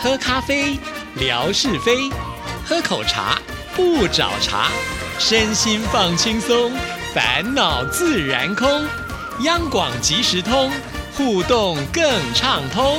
喝咖啡，聊是非；喝口茶，不找茬。身心放轻松，烦恼自然空。央广即时通，互动更畅通。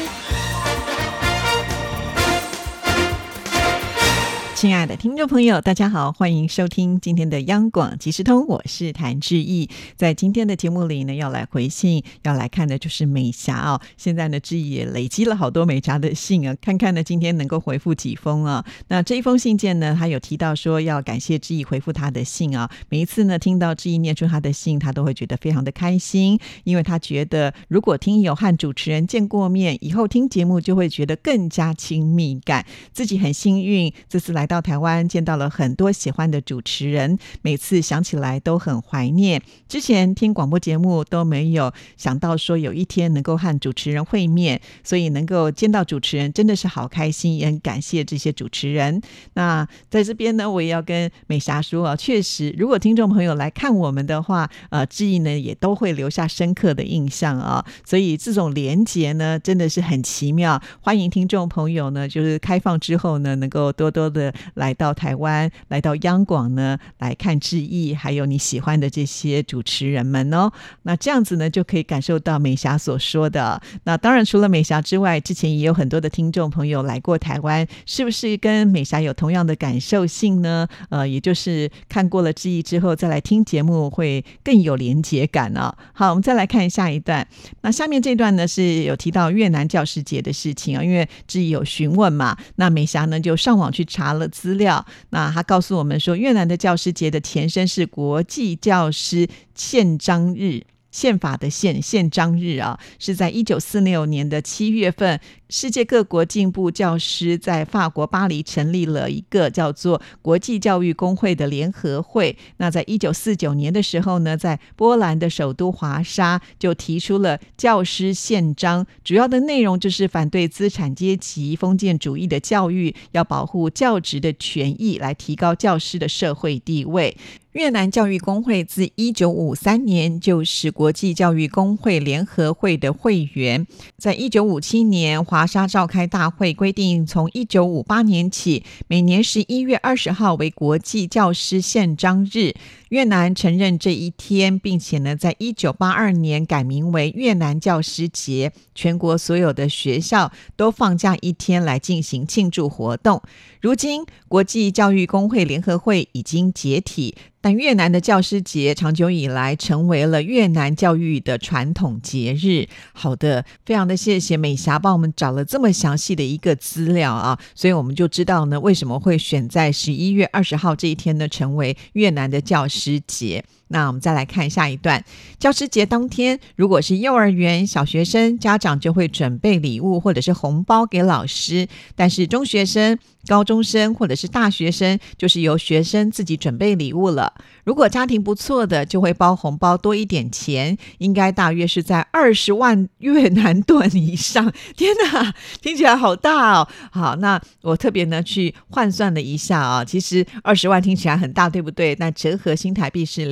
亲爱的听众朋友，大家好，欢迎收听今天的央广即时通，我是谭志毅。在今天的节目里呢，要来回信，要来看的就是美霞哦。现在呢，志毅也累积了好多美霞的信啊，看看呢今天能够回复几封啊。那这一封信件呢，他有提到说要感谢志毅回复他的信啊。每一次呢听到志毅念出他的信，他都会觉得非常的开心，因为他觉得如果听友和主持人见过面，以后听节目就会觉得更加亲密感。自己很幸运，这次来到台湾见到了很多喜欢的主持人，每次想起来都很怀念。之前听广播节目都没有想到说有一天能够和主持人会面，所以能够见到主持人真的是好开心，也很感谢这些主持人。那在这边呢，我也要跟美霞说啊，确实如果听众朋友来看我们的话，志毅呢也都会留下深刻的印象啊。所以这种连结呢真的是很奇妙，欢迎听众朋友呢就是开放之后呢能够多多的来到台湾，来到央广呢来看志毅还有你喜欢的这些主持人们哦。那这样子呢就可以感受到美霞所说的。那当然除了美霞之外，之前也有很多的听众朋友来过台湾，是不是跟美霞有同样的感受性呢？也就是看过了志毅之后再来听节目会更有连结感啊。好，我们再来看下一段。那下面这段呢是有提到越南教师节的事情啊，因为志毅有询问嘛，那美霞呢就上网去查了资料。那他告诉我们说，越南的教师节的前身是国际教师宪章日，宪法的宪章日啊，是在1946年的7月份，世界各国进步教师在法国巴黎成立了一个叫做国际教育工会的联合会。那在1949年的时候呢，在波兰的首都华沙就提出了教师宪章，主要的内容就是反对资产阶级封建主义的教育，要保护教职的权益，来提高教师的社会地位。越南教育工会自1953年就是国际教育工会联合会的会员，在1957年华沙召开大会，规定从1958年起，每年11月20号为国际教师宪章日。越南承认这一天，并且呢，在1982年改名为越南教师节，全国所有的学校都放假一天来进行庆祝活动。如今，国际教育工会联合会已经解体，但越南的教师节长久以来成为了越南教育的传统节日。好的，非常的谢谢美霞帮我们找了这么详细的一个资料啊，所以我们就知道呢，为什么会选在11月20号这一天呢，成为越南的教师节。那我们再来看下一段。教师节当天，如果是幼儿园、小学生，家长就会准备礼物或者是红包给老师，但是中学生、高中生或者是大学生，就是由学生自己准备礼物了。如果家庭不错的，就会包红包多一点钱，应该大约是在20万越南盾以上。天哪，听起来好大哦。好，那我特别呢去换算了一下啊，其实20万听起来很大，对不对？那折合新台币是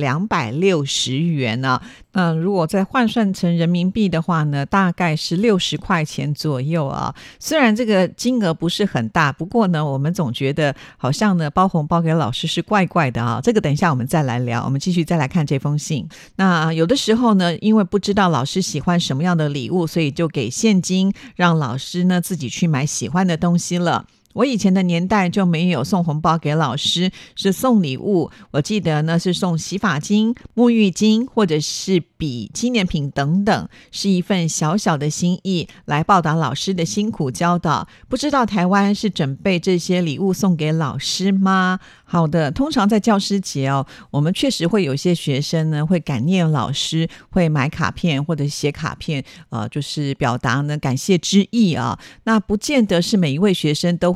260元啊。如果再换算成人民币的话呢，大概是60块钱左右啊。虽然这个金额不是很大，不过呢，我们总觉得好像呢包红包给老师是怪怪的啊。这个等一下我们再来聊，我们继续再来看这封信。那有的时候呢，因为不知道老师喜欢什么样的礼物，所以就给现金，让老师呢自己去买喜欢的东西了。我以前的年代就没有送红包给老师，是送礼物。我记得呢是送洗发精、沐浴巾或者是笔、纪念品等等，是一份小小的心意，来报答老师的辛苦教导。不知道台湾是准备这些礼物送给老师吗？好的，通常在教师节哦，我们确实会有一些学生呢会感念老师，会买卡片或者写卡片，就是表达呢感谢之意啊。那不见得是每一位学生都会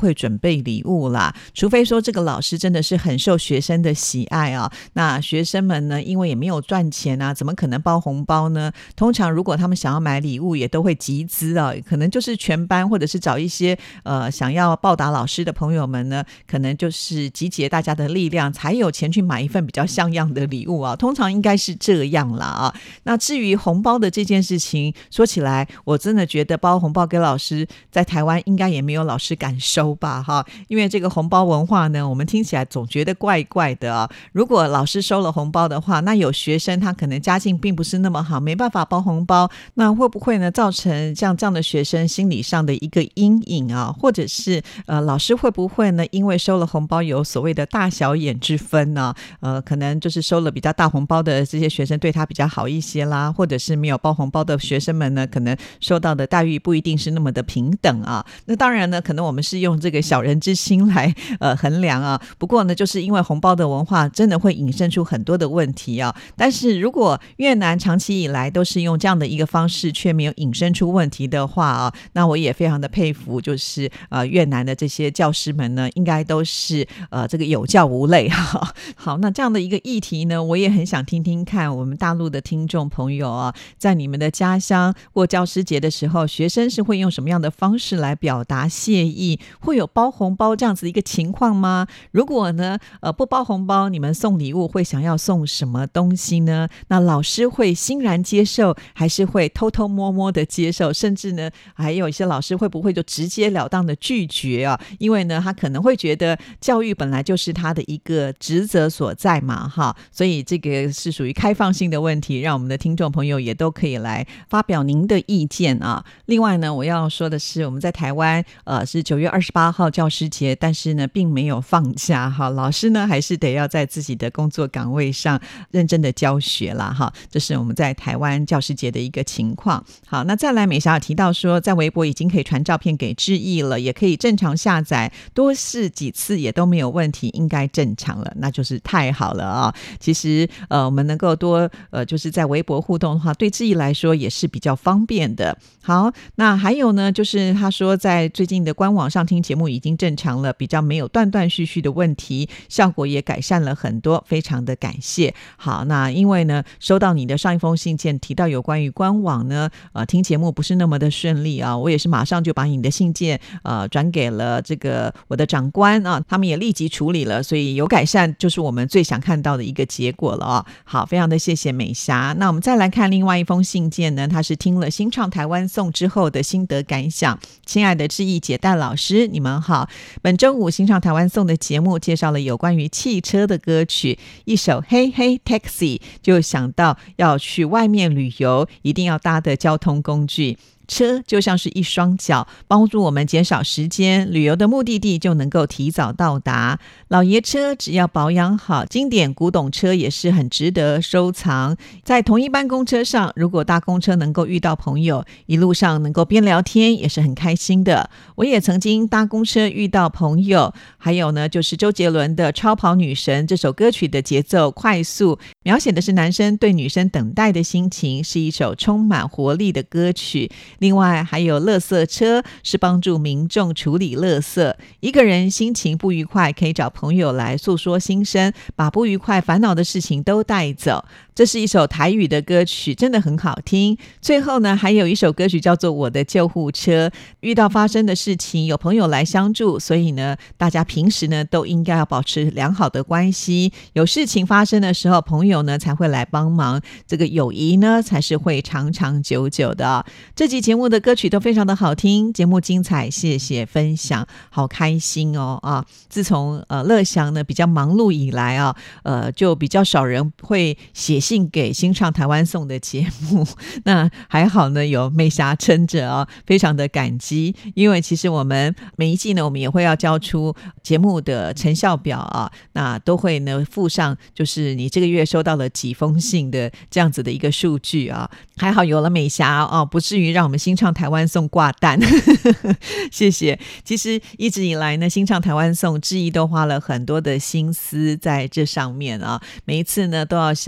会准备礼物啦，除非说这个老师真的是很受学生的喜爱啊，那学生们呢因为也没有赚钱啊，怎么可能包红包呢？通常如果他们想要买礼物也都会集资啊，可能就是全班或者是找一些想要报答老师的朋友们呢，可能就是集结大家的力量才有钱去买一份比较像样的礼物啊，通常应该是这样啦啊。那至于红包的这件事情，说起来我真的觉得包红包给老师在台湾应该也没有老师敢收吧哈，因为这个红包文化呢，我们听起来总觉得怪怪的啊。如果老师收了红包的话，那有学生他可能家境并不是那么好，没办法包红包，那会不会呢造成像这样的学生心理上的一个阴影啊？或者是老师会不会呢因为收了红包有所谓的大小眼之分呢？可能就是收了比较大红包的这些学生对他比较好一些啦，或者是没有包红包的学生们呢，可能受到的待遇不一定是那么的平等啊。那当然呢，可能我们是用这个小人之心来衡量啊。不过呢，就是因为红包的文化真的会引申出很多的问题啊。但是如果越南长期以来都是用这样的一个方式，却没有引申出问题的话啊，那我也非常的佩服，就是越南的这些教师们呢，应该都是这个有教无类哈。好，那这样的一个议题呢，我也很想听听看我们大陆的听众朋友啊，在你们的家乡过教师节的时候，学生是会用什么样的方式来表达谢意？会有包红包这样子一个情况吗？如果呢不包红包，你们送礼物会想要送什么东西呢？那老师会欣然接受，还是会偷偷摸摸的接受？甚至呢还有一些老师会不会就直截了当的拒绝啊？因为呢他可能会觉得教育本来就是他的一个职责所在嘛哈，所以这个是属于开放性的问题，让我们的听众朋友也都可以来发表您的意见啊。另外呢，我要说的是，我们在台湾是9月28号教师节，但是呢并没有放假哈，老师呢还是得要在自己的工作岗位上认真的教学啦哈，这是我们在台湾教师节的一个情况。好，那再来美霞有提到说，在微博已经可以传照片给志毅了，也可以正常下载，多试几次也都没有问题，应该正常了，那就是太好了啊。其实我们能够多就是在微博互动的话，对志毅来说也是比较方便的。好，那还有呢，就是他说在最近的官网上听节目已经正常了，比较没有断断续续的问题，效果也改善了很多，非常的感谢。好，那因为呢收到你的上一封信件提到有关于官网呢听节目不是那么的顺利啊，我也是马上就把你的信件转给了这个我的长官啊，他们也立即处理了，所以有改善就是我们最想看到的一个结果了啊。好，非常的谢谢美霞。那我们再来看另外一封信件呢，他是听了新唱台湾颂之后的心得感想。亲爱的志毅姐、戴老师，你们好。本周五新唱台湾颂的节目介绍了有关于汽车的歌曲，一首嘿嘿 Taxi 就想到要去外面旅游一定要搭的交通工具，车就像是一双脚，帮助我们减少时间，旅游的目的地就能够提早到达。老爷车只要保养好，经典古董车也是很值得收藏。在同一班公车上，如果搭公车能够遇到朋友，一路上能够边聊天也是很开心的。我也曾经搭公车遇到朋友，还有呢就是周杰伦的《超跑女神》这首歌曲的节奏快速，描写的是男生对女生等待的心情，是一首充满活力的歌曲。另外还有垃圾车，是帮助民众处理垃圾，一个人心情不愉快可以找朋友来诉说心声，把不愉快烦恼的事情都带走。这是一首台语的歌曲，真的很好听。最后呢还有一首歌曲叫做《我的救护车》，遇到发生的事情有朋友来相助，所以呢大家平时呢都应该要保持良好的关系，有事情发生的时候朋友呢才会来帮忙，这个友谊呢才是会长长久久的。这集节目的歌曲都非常的好听，节目精彩，谢谢分享，好开心哦啊！自从乐祥呢比较忙碌以来啊，就比较少人会写信给新唱台湾颂的节目，那还好呢有美霞撑着啊，非常的感激。因为其实我们每一季呢我们也会要交出节目的成效表啊，那都会呢附上就是你这个月收到了几封信的这样子的一个数据啊。还好有了美霞哦，不至于让我们新唱台湾颂挂蛋谢谢。其实一直以来呢新唱台湾颂志毅都花了很多的心思在这上面啊，每一次呢都要想不一样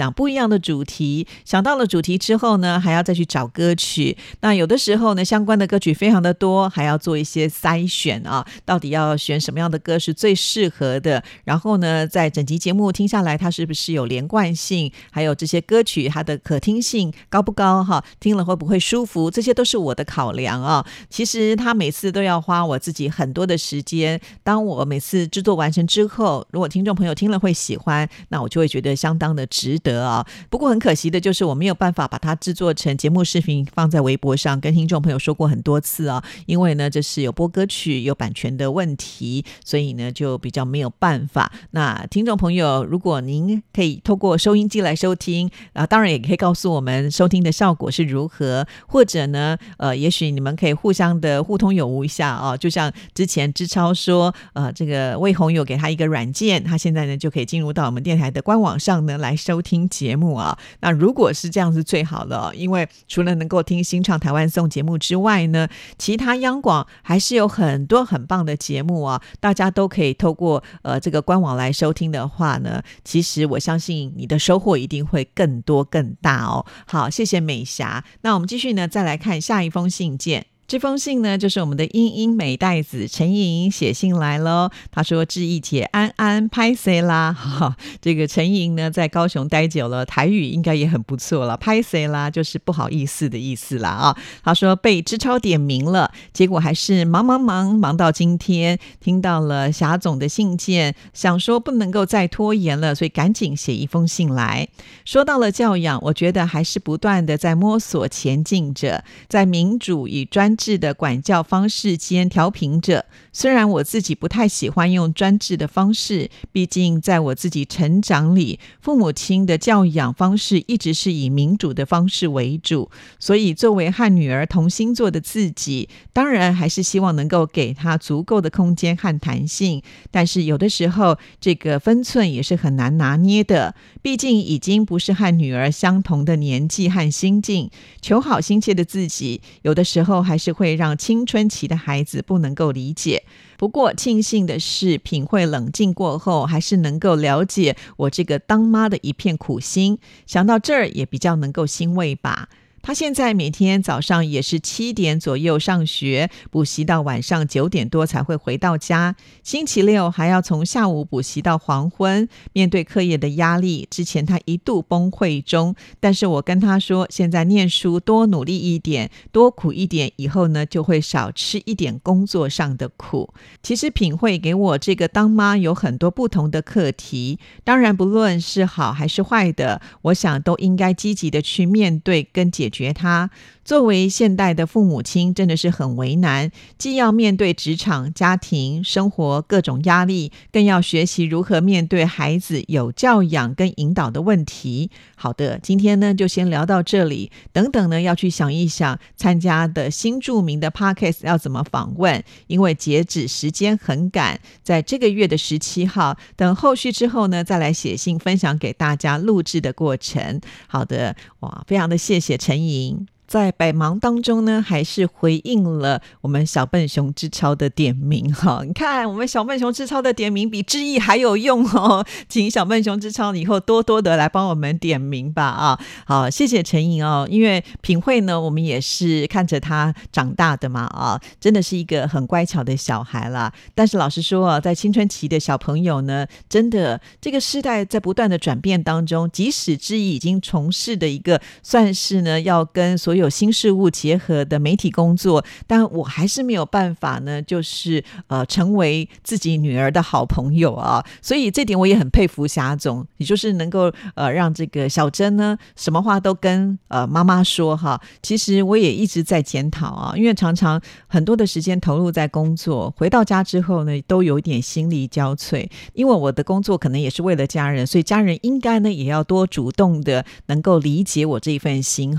的主题，想到了主题之后呢，还要再去找歌曲。那有的时候呢，相关的歌曲非常的多，还要做一些筛选啊，到底要选什么样的歌是最适合的。然后呢，在整集节目听下来，它是不是有连贯性，还有这些歌曲它的可听性高不高哈，听了会不会舒服，这些都是我的考量啊。其实他每次都要花我自己很多的时间，当我每次制作完成之后，如果听众朋友听了会喜欢，那我就会觉得相当的值得啊。不过很可惜的就是我没有办法把它制作成节目视频放在微博上，跟听众朋友说过很多次啊，因为呢这是有播歌曲有版权的问题，所以呢就比较没有办法。那听众朋友，如果您可以透过收音机来收听当然也可以告诉我们收听的效果是如何，或者呢也许你们可以互相的互通有无一下啊，就像之前之超说这个魏红有给他一个软件，他现在呢就可以进入到我们电台的官网上呢来收听节目啊。那如果是这样是最好的因为除了能够听新唱台湾颂节目之外呢，其他央广还是有很多很棒的节目啊，大家都可以透过这个官网来收听的话呢，其实我相信你的收获一定会更多更大哦。好，谢谢美霞。那我们继续呢，再来看下一封信件。这封信呢，就是我们的英英美代子陈莹写信来了。他说：“志毅姐安安拍谁啦？”这个陈莹呢，在高雄待久了，台语应该也很不错了。拍谁啦，就是不好意思的意思啦啊。他说被知超点名了，结果还是忙到今天，听到了霞总的信件，想说不能够再拖延了，所以赶紧写一封信来。说到了教养，我觉得还是不断的在摸索前进着，在民主与专制的管教方式间调平着。虽然我自己不太喜欢用专制的方式，毕竟在我自己成长里，父母亲的教养方式一直是以民主的方式为主，所以作为和女儿同星座的自己，当然还是希望能够给她足够的空间和弹性，但是有的时候这个分寸也是很难拿捏的，毕竟已经不是和女儿相同的年纪和心境，求好心切的自己有的时候还是会让青春期的孩子不能够理解。不过庆幸的是，品慧冷静过后还是能够了解我这个当妈的一片苦心，想到这儿也比较能够欣慰吧。他现在每天早上也是7点左右上学，补习到晚上9点多才会回到家，星期六还要从下午补习到黄昏。面对课业的压力，之前他一度崩溃中，但是我跟他说，现在念书多努力一点，多苦一点，以后呢就会少吃一点工作上的苦。其实品慧给我这个当妈有很多不同的课题，当然不论是好还是坏的，我想都应该积极的去面对跟解决它。作为现代的父母亲真的是很为难，既要面对职场、家庭、生活各种压力，更要学习如何面对孩子有教养跟引导的问题。好的，今天呢就先聊到这里，等等呢要去想一想参加的新著名的 Podcast 要怎么访问，因为截止时间很赶，在这个月的17号，等后续之后呢再来写信分享给大家录制的过程。好的，哇，非常的谢谢陈莹。在百忙当中呢，还是回应了我们小笨熊之超的点名哈。你看我们小笨熊之超的点名比志毅还有用哦，请小笨熊之超以后多多的来帮我们点名吧啊。好，谢谢陈颖哦，因为品慧呢，我们也是看着他长大的嘛啊，真的是一个很乖巧的小孩啦。但是老实说在青春期的小朋友呢，真的这个世代在不断的转变当中，即使志毅已经从事的一个算是呢要跟所有新事物结合的媒体工作，但我还是没有办法呢，就是成为自己女儿的好朋友啊。所以这点我也很佩服霞总，也就是能够让这个小珍呢什么话都跟妈妈说哈。其实我也一直在检讨啊，因为常常很多的时间投入在工作，回到家之后呢都有一点心力交瘁，因为我的工作可能也是为了家人，所以家人应该呢也要多主动的能够理解我这一份心哈。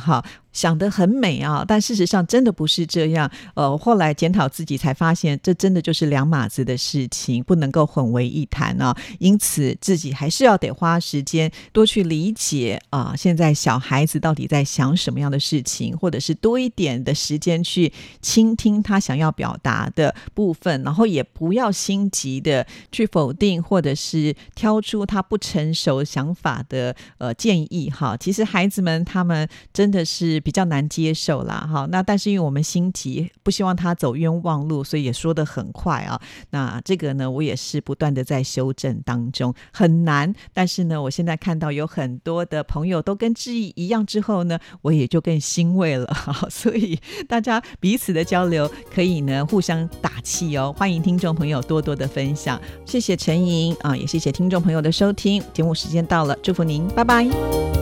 想得很美啊，但事实上真的不是这样。后来检讨自己才发现，这真的就是两码子的事情，不能够混为一谈啊。因此自己还是要得花时间多去理解现在小孩子到底在想什么样的事情，或者是多一点的时间去倾听他想要表达的部分，然后也不要心急的去否定或者是挑出他不成熟想法的建议哈。其实孩子们他们真的是比较难接受啦哈。那但是因为我们心急，不希望他走冤枉路，所以也说得很快啊。那这个呢，我也是不断的在修正当中，很难。但是呢，我现在看到有很多的朋友都跟志毅一样之后呢，我也就更欣慰了。所以大家彼此的交流可以呢互相打气哦。欢迎听众朋友多多的分享。谢谢陈莹也谢谢听众朋友的收听。节目时间到了，祝福您，拜拜。